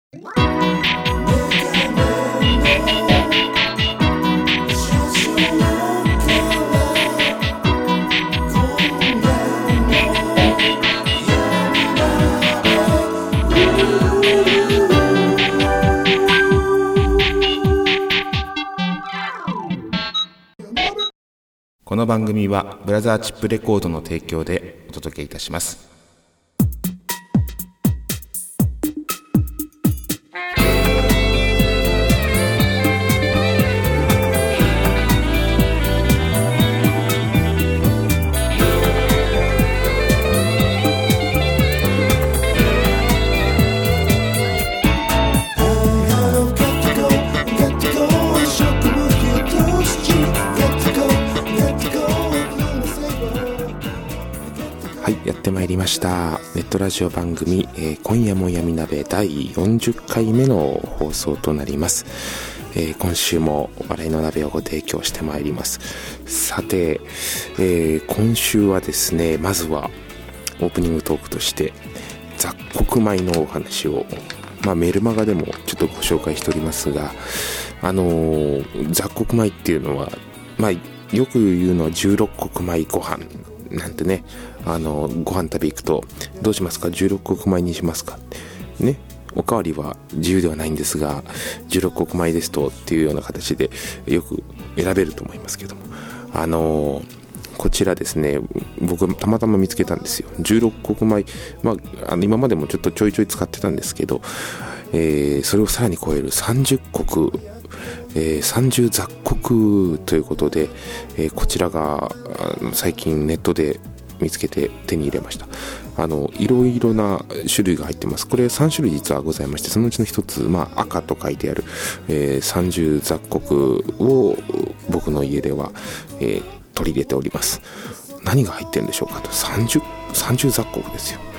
この番組はブラザーチップレコードの提供でお届けいたします。やってまいりましたネットラジオ番組、今夜も闇鍋第40回目の放送となります。今週も笑いの鍋をご提供してまいります。さて、今週はですね、まずはオープニングトークとして雑穀米のお話を、メルマガでもちょっとご紹介しておりますが、雑穀米っていうのは、よく言うのは16穀米ご飯なんてね、ご飯食べ行くとどうしますか、16穀米にしますかね、おかわりは自由ではないんですが、16穀米ですとっていうような形でよく選べると思いますけども、こちらですね、僕たまたま見つけたんですよ。16穀米、今までもちょっとちょいちょい使ってたんですけど、それをさらに超える30穀、30雑穀ということで、こちらが最近ネットで見つけて手に入れました。いろいろな種類が入ってます。これ3種類実はございまして、そのうちの一つ、赤と書いてある、30雑穀を僕の家では、取り入れております。何が入ってるんでしょうかと。30雑穀ですよ。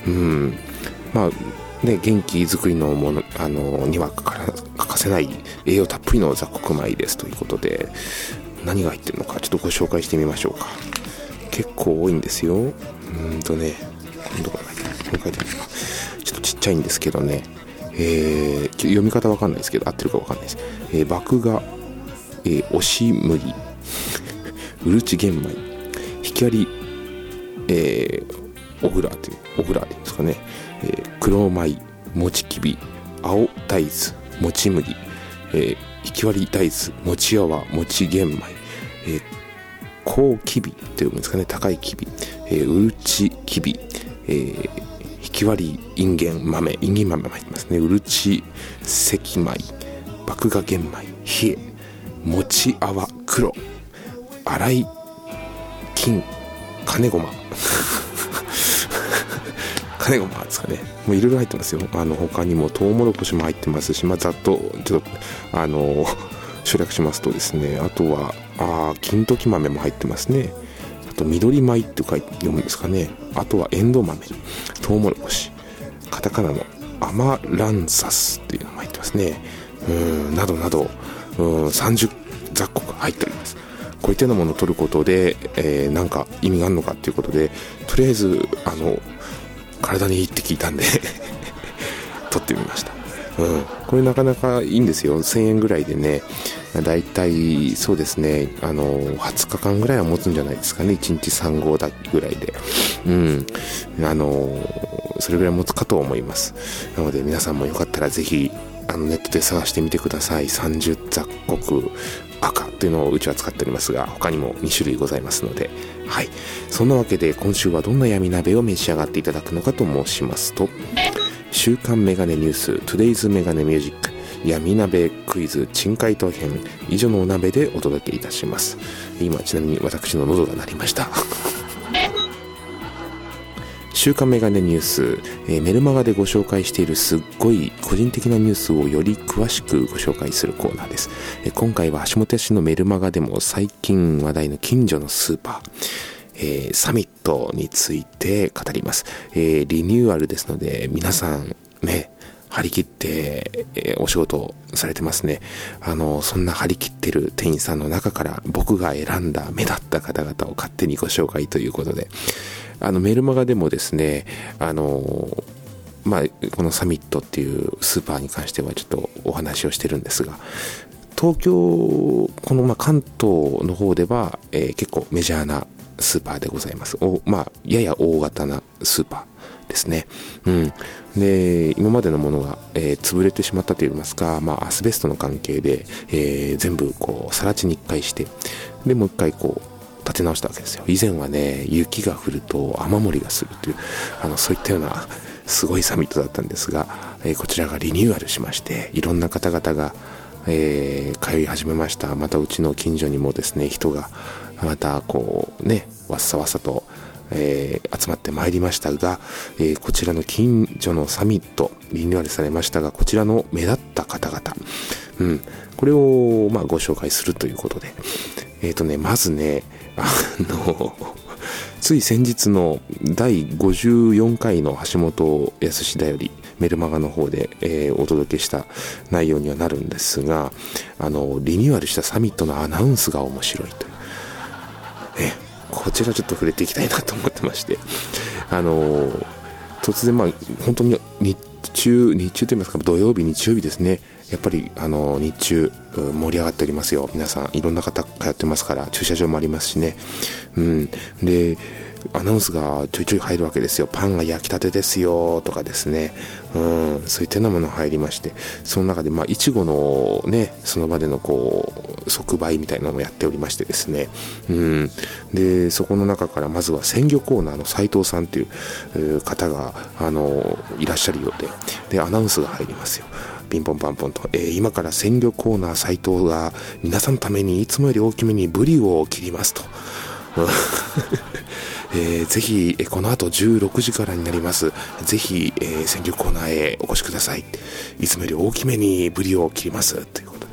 元気づくりのものには欠かせない栄養たっぷりの雑穀米ですということで、何が入ってるのかちょっとご紹介してみましょうか。結構多いんですよ。今度これ書いてあるか、ちょっとちっちゃいんですけどね、読み方わかんないですけど合ってるかわかんないです。麦芽、押し麦、うるち玄米、ひきわり、小倉でいうんですかね、黒米、もちきび、青大豆、もち麦、ひきわり大豆、もちやわ、もち玄米、高きびというんですかね、高いきび、うるちきび、ひきわりいんげん豆も入ってますね。うるち石米、麦芽玄米、冷え、もちあわ黒、洗い金、金ごま金ごまですかね。もういろいろ入ってますよ。他にもトウモロコシも入ってますし、ざっとちょっと省略しますとですね、あとは金時豆も入ってますね。あと緑米って読むんですかね。あとはエンドウ豆、トウモロコシ、カタカナのアマランサスっていうのも入ってますね。などなど、30雑穀が入っております。こういったようなものを取ることで、なんか意味があるのかっていうことで、とりあえず体にいいって聞いたんで取ってみました。これなかなかいいんですよ。1000円ぐらいでね、だいたいそうですね、20日間ぐらいは持つんじゃないですかね。1日3合だぐらいで、それぐらい持つかと思います。なので皆さんもよかったらぜひネットで探してみてください。30雑穀赤というのをうちは使っておりますが、他にも2種類ございますので、はい。そんなわけで今週はどんな闇鍋を召し上がっていただくのかと申しますと、週刊メガネニュース Today's メガネミュージック闇鍋クイズ珍解答編以上のお鍋でお届けいたします。今ちなみに私の喉が鳴りました週刊メガネニュース、メルマガでご紹介しているすっごい個人的なニュースをより詳しくご紹介するコーナーです。今回は橋本屋氏のメルマガでも最近話題の近所のスーパー、サミットについて語ります。リニューアルですので皆さんね、張り切って、お仕事されてますね。そんな張り切ってる店員さんの中から僕が選んだ目立った方々を勝手にご紹介ということで、メルマガでもですね、 このサミットっていうスーパーに関してはちょっとお話をしてるんですが、東京、この関東の方では、結構メジャーなスーパーでございます。やや大型なスーパーですね。で、今までのものが、潰れてしまったといいますか、アスベストの関係で、全部更地に一回して、でもう一回立て直したわけですよ。以前はね、雪が降ると雨漏りがするという、そういったようなすごいサミットだったんですが、こちらがリニューアルしまして、いろんな方々が、通い始めました。またうちの近所にもですね、人がまたわっさわっさと、集まってまいりましたが、こちらの近所のサミットリニューアルされましたが、こちらの目立った方々、これをご紹介するということで、まずね、つい先日の第54回の橋本康だよりメルマガの方で、お届けした内容にはなるんですが、リニューアルしたサミットのアナウンスが面白いという、こちらちょっと触れていきたいなと思ってまして、突然本当に日中といいますか、土曜日日曜日ですね、やっぱり日中盛り上がっておりますよ。皆さんいろんな方通ってますから、駐車場もありますしね。でアナウンスがちょいちょい入るわけですよ。パンが焼きたてですよとかですね、そういったようなものが入りまして、その中でいちごのね、その場での即売みたいなのもやっておりましてですね、でそこの中からまずは鮮魚コーナーの斉藤さんという方がいらっしゃるようで、アナウンスが入りますよ。ピンポンパンポンと、今から鮮魚コーナー斉藤が皆さんのためにいつもより大きめにブリを切りますと。ぜひこの後16時からになります。ぜひ、鮮魚コーナーへお越しください。いつもより大きめにブリを切りますということで、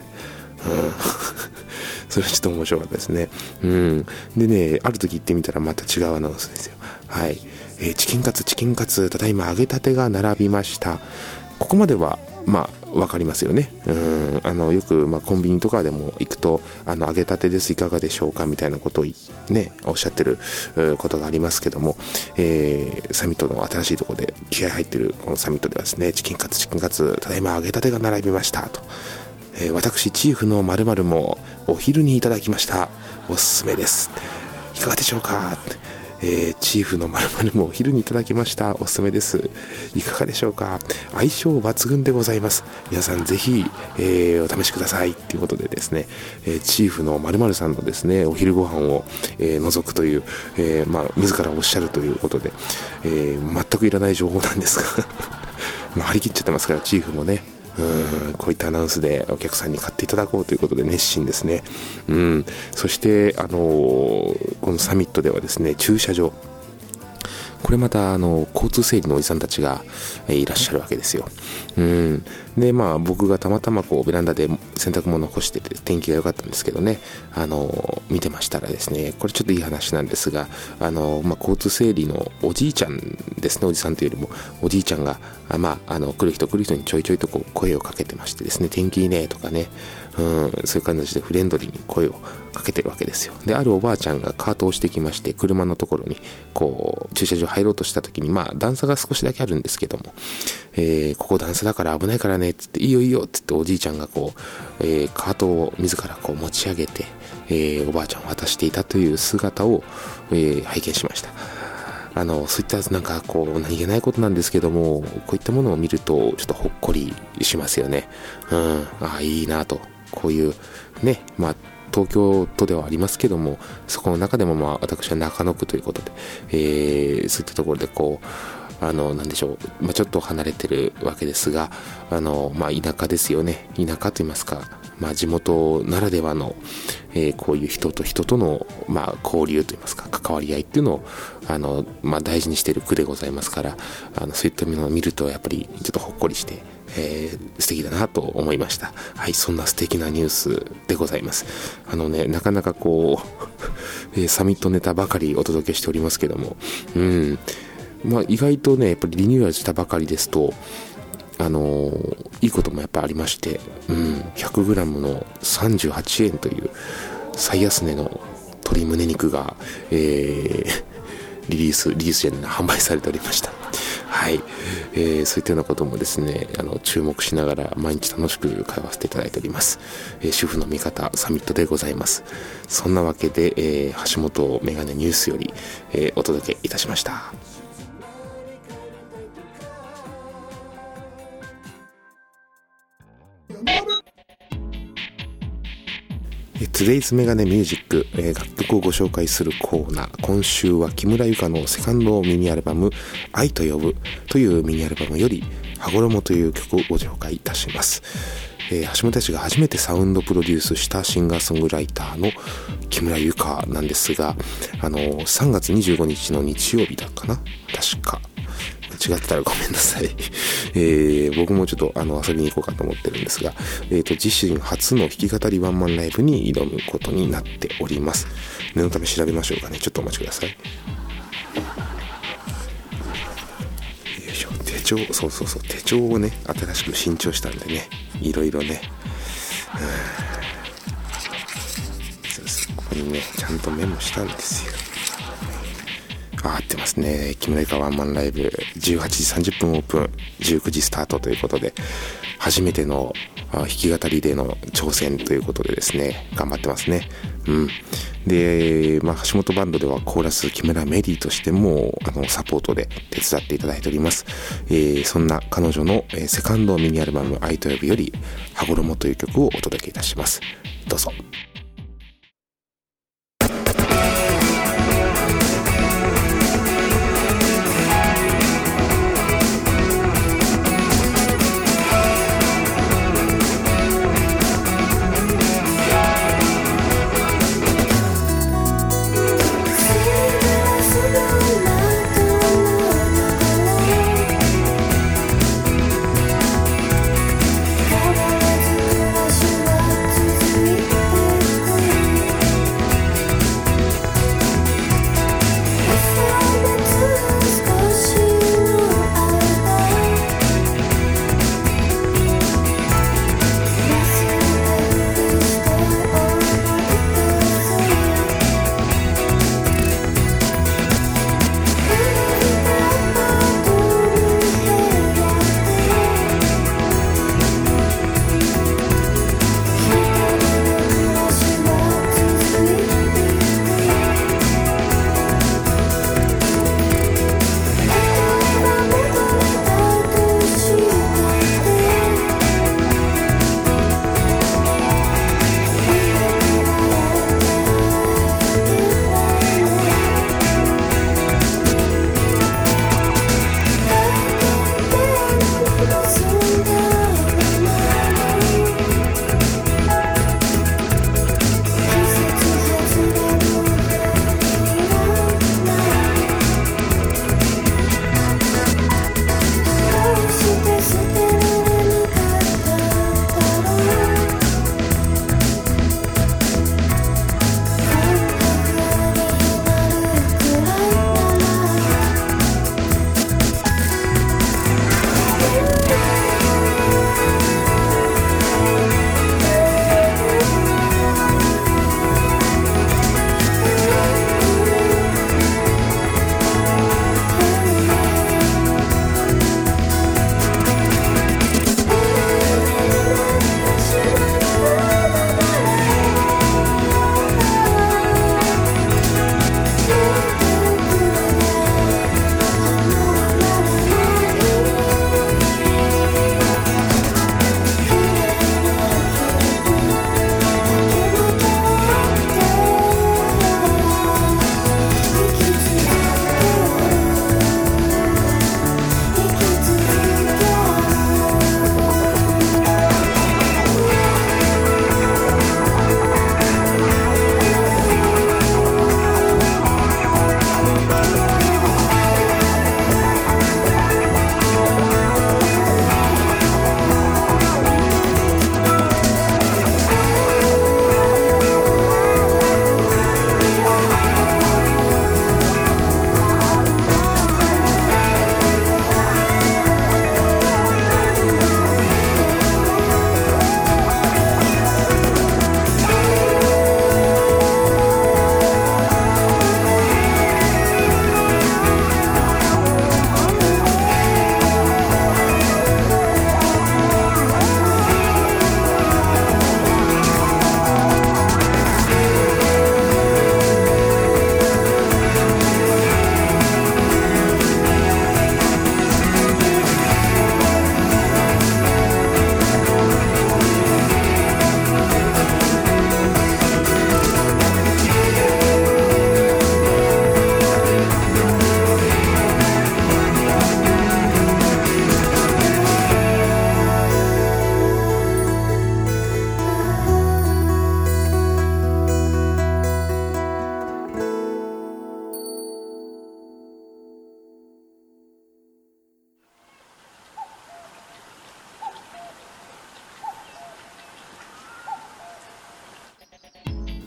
それはちょっと面白かったですね。でね、ある時行ってみたらまた違うアナウンスですよ。はい、チキンカツただいま揚げたてが並びました。ここまではわかりますよね。よくコンビニとかでも行くと揚げたてですいかがでしょうかみたいなことをねおっしゃってることがありますけども、サミットの新しいところで気合入ってるこのサミットではですね、チキンカツただいま揚げたてが並びましたと、私チーフの〇〇もお昼にいただきました、おすすめです、いかがでしょうか。チーフの〇〇もお昼にいただきました、おすすめです、いかがでしょうか。相性抜群でございます、皆さんぜひ、お試しくださいということでですね、チーフの〇〇さんのですねお昼ご飯を、覗くという、自らおっしゃるということで、全くいらない情報なんですが張り切っちゃってますから、チーフもね、こういったアナウンスでお客さんに買っていただこうということで熱心ですね。そしてこのサミットではですね、駐車場、これまた交通整理のおじさんたちがいらっしゃるわけですよ。で僕がたまたまベランダで洗濯物を干してて天気が良かったんですけどね、見てましたらですね、これちょっといい話なんですが、交通整理のおじいちゃんですね、おじさんというよりもおじいちゃんが来る人にちょいちょいと声をかけてましてですね、天気いいねとかね、そういう感じでフレンドリーに声をかけてるわけですよ。で、あるおばあちゃんがカートをしてきまして、車のところに駐車場入ろうとした時に、段差が少しだけあるんですけども、ここ段差だから危ないからねっつって、いいよいいよっつっておじいちゃんがカートを自ら持ち上げて、おばあちゃんを渡していたという姿を、拝見しました。そういった何気ないことなんですけども、こういったものを見るとちょっとほっこりしますよね。いいなと、こういうね、東京都ではありますけども、そこの中でも私は中野区ということで、そういったところでなんでしょう、ちょっと離れてるわけですが、田舎ですよね。田舎といいますか、地元ならではの、こういう人と人との、交流といいますか、関わり合いっていうのを大事にしている区でございますから、そういったものを見るとやっぱりちょっとほっこりして、素敵だなと思いました。はい、そんな素敵なニュースでございます。なかなかサミットネタばかりお届けしておりますけども、意外とね、やっぱりリニューアルしたばかりですと、いいこともやっぱありまして、100g の38円という最安値の鶏胸肉が、リリースじゃないな、販売されておりました。 はい、そういったようなこともですね注目しながら毎日楽しく会話していただいております、主婦の味方サミットでございます。そんなわけで、橋本メガネニュースより、お届けいたしました。Today's メガネミュージック、楽曲をご紹介するコーナー。今週は木村由佳のセカンドミニアルバム愛と呼ぶというミニアルバムより羽衣という曲をご紹介いたします。橋本たちが初めてサウンドプロデュースしたシンガーソングライターの木村由佳なんですが、3月25日の日曜日だかな、確か違ってたらごめんなさい、僕もちょっと遊びに行こうかと思ってるんですが、自身初の弾き語りワンマンライブに挑むことになっております。念のため調べましょうかね。ちょっとお待ちください。よいしょ、手帳、そう手帳をね新しく新調したんでね、いろいろね、ここにねちゃんとメモしたんですよ。合ってますね。木村由佳ワンマンライブ18時30分オープン、19時スタートということで、初めての弾き語りでの挑戦ということでですね、頑張ってますね。で、橋本バンドではコーラス木村メリーとしてもサポートで手伝っていただいております。そんな彼女のセカンドミニアルバム愛と呼ぶより羽衣という曲をお届けいたします。どうぞ。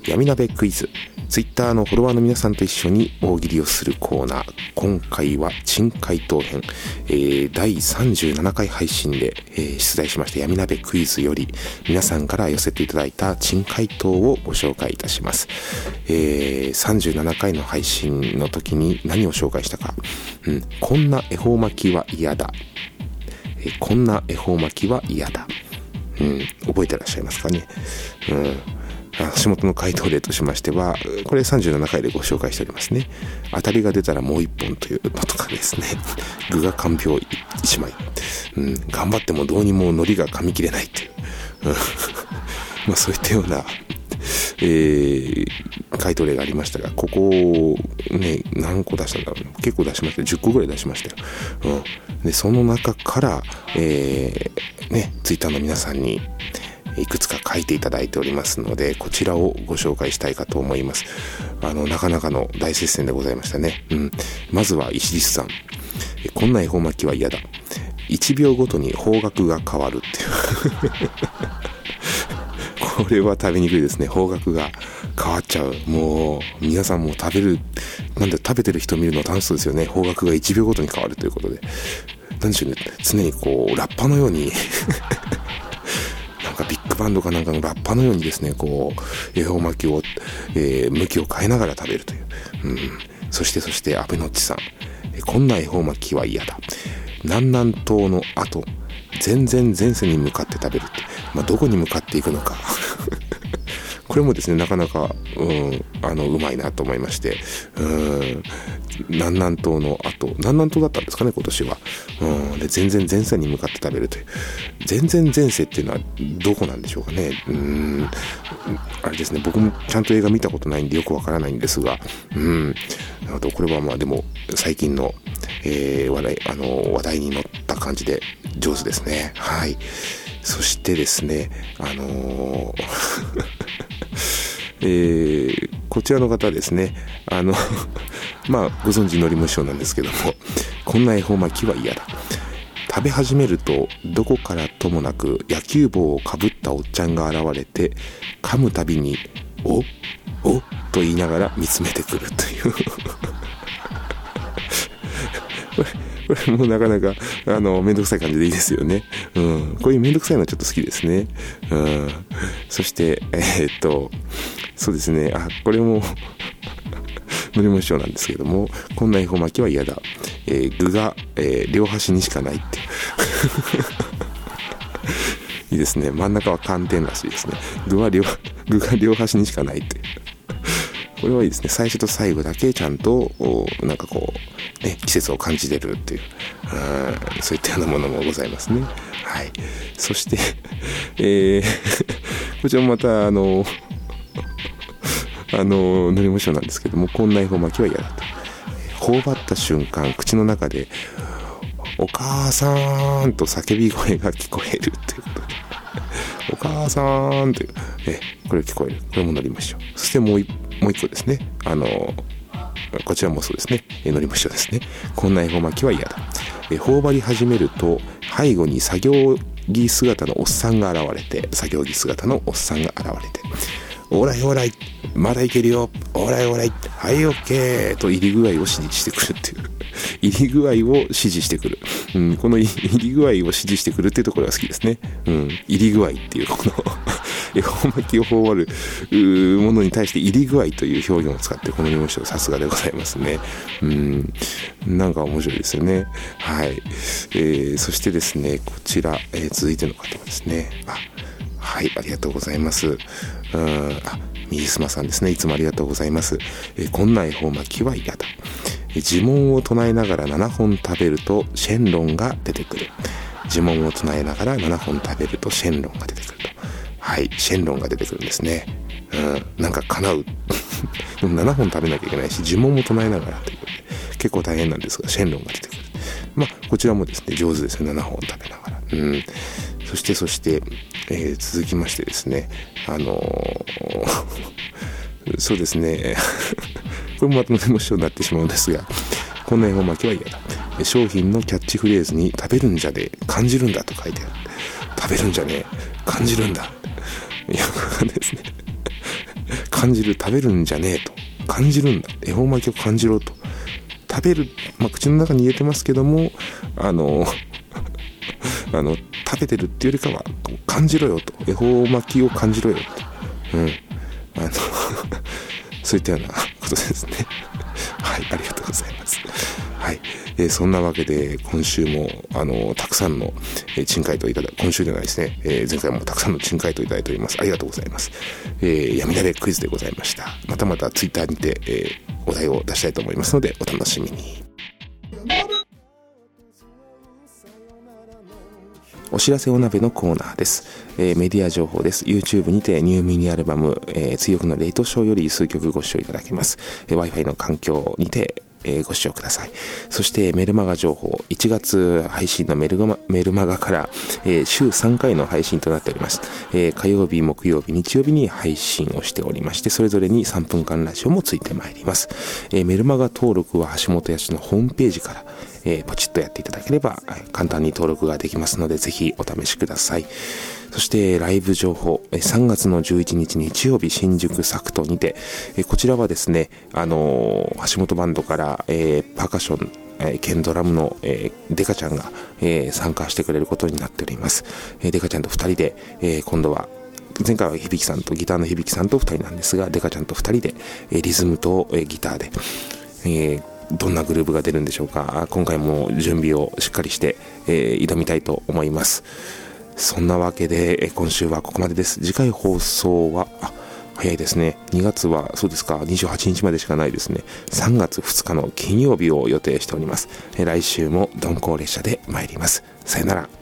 闇鍋クイズ。ツイッターのフォロワーの皆さんと一緒に大喜利をするコーナー。今回は珍回答編、第37回配信で、出題しました闇鍋クイズより皆さんから寄せていただいた珍回答をご紹介いたします。37回の配信の時に何を紹介したか。こんな恵方巻きは嫌だ。こんな恵方巻きは嫌だ。覚えてらっしゃいますかね。橋本の回答例としましては、これ37回でご紹介しておりますね。当たりが出たらもう一本というのとかですね。具がかんぴょう一枚。頑張ってもどうにも海苔が噛み切れないという。そういったような、回答例がありましたが、ここね、何個出したんだろう。結構出しましたよ。10個ぐらい出しましたよ。で、その中から、ツイッターの皆さんに、いくつか書いていただいておりますので、こちらをご紹介したいかと思います。なかなかの大接戦でございましたね。まずは石リスさん。こんな恵方巻きは嫌だ。1秒ごとに方角が変わるっていう。これは食べにくいですね。方角が変わっちゃう。もう、皆さんも食べてる人見るの楽しそうですよね。方角が1秒ごとに変わるということで。なんでしょうね。常にこう、ラッパのように、ビッグバンドかなんかのラッパのようにですね、こう恵方巻きを、向きを変えながら食べるという。そして安倍のっちさん、こんな恵方巻きは嫌だ。南南東の後、全然前世に向かって食べるって、どこに向かっていくのか。これもですね、なかなかうまいなと思いまして、南南東の後、南南東だったんですかね、今年は。で、全然前世に向かって食べるという。全然前世っていうのはどこなんでしょうかね。あれですね、僕もちゃんと映画見たことないんでよくわからないんですが、なのでこれはでも最近の、話題に乗った感じで上手ですね。はい。そしてですね、こちらの方ですね、ご存知のりも師匠なんですけども、こんな恵方巻きは嫌だ。食べ始めるとどこからともなく野球帽をかぶったおっちゃんが現れて、噛むたびにおと言いながら見つめてくるというこれもなかなかめんどくさい感じでいいですよね。こういうめんどくさいのはちょっと好きですね。そしてそうですね、これものりも師匠なんですけども、こんな恵方巻きは嫌だ。具が、両端にしかないっていいですね。真ん中は寒天らしいですね。具が両端にしかないってこれはいいですね。最初と最後だけちゃんとなんかこうね、季節を感じれるっていう、そういったようなものもございますね。はい。そして、こちらもまたのりも師匠なんですけども、こんな恵方巻きは嫌だと。頬張った瞬間、口の中でお母さーんと叫び声が聞こえるということで、お母さーんというこれ聞こえる。これものりも師匠。そしてもう一個ですね、こちらもそうですね、のりも師匠ですね。こんな恵方巻きは嫌だ。頬張り始めると背後に作業着姿のおっさんが現れて、オーライオーライ、まだいけるよ、オーライオーライ、はいオッケーと入り具合を指示してくるっていう入り具合を指示してくる、この入り具合を指示してくるっていうところが好きですね。入り具合っていうこの恵方巻きを頬張るものに対して入り具合という表現を使って、このりも師匠さすがでございますね。なんか面白いですよね。はい。そしてですね、こちら、続いての方はですね、はい、ありがとうございます。ミースマさんですね。いつもありがとうございます。こんな恵方巻きは嫌だ。呪文を唱えながら7本食べるとシェンロンが出てくる。呪文を唱えながら7本食べるとシェンロンが出てくると。はい、シェンロンが出てくるんですね。なんか叶う。でも7本食べなきゃいけないし、呪文も唱えながらということで、結構大変なんですが、シェンロンが出てくる。こちらもですね、上手ですね。7本食べながら。そして、続きましてですね、そうですね、これもまたのりも師匠になってしまうんですが、こんな恵方巻きは嫌だ。商品のキャッチフレーズに食べるんじゃで感じるんだと書いてある。食べるんじゃねえ、感じるんだ。いや、わかんないですね。 感じる、食べるんじゃねえと、感じるんだ、恵方巻きを感じろと、食べる、口の中に入れてますけども食べてるっていうよりかは感じろよと、恵方巻きを感じろよと、そういったようなことですね。はい、ありがとうございます。はい、そんなわけで今週もたくさんの珍回答いただいて、今週ではないですね、前回もたくさんの珍回答いただいております。ありがとうございます。闇鍋クイズでございました。またまたツイッターにて、お題を出したいと思いますのでお楽しみに。お知らせお鍋のコーナーです。メディア情報です。YouTube にてニューミニアルバム、追憶のレイトショーより数曲ご視聴いただけます。Wi-Fi の環境にてご視聴ください。そしてメルマガ情報、1月配信のメルマガから、週3回の配信となっております。火曜日、木曜日、日曜日に配信をしておりまして、それぞれに3分間ラジオもついてまいります。メルマガ登録は橋本康のホームページから、ポチッとやっていただければ簡単に登録ができますので、ぜひお試しください。そしてライブ情報、3月の11日日曜日、新宿サクトにて、こちらはですね、橋本バンドから、パーカッション、兼ドラムの、デカちゃんが、参加してくれることになっております。デカちゃんと2人で、今度は前回は響さんとギターの響さんと2人なんですが、デカちゃんと2人で、リズムと、ギターで、どんなグループが出るんでしょうか。今回も準備をしっかりして、挑みたいと思います。そんなわけで、今週はここまでです。次回放送は早いですね。2月はそうですか、28日までしかないですね。3月2日の金曜日を予定しております。来週も鈍行列車で参ります。さよなら。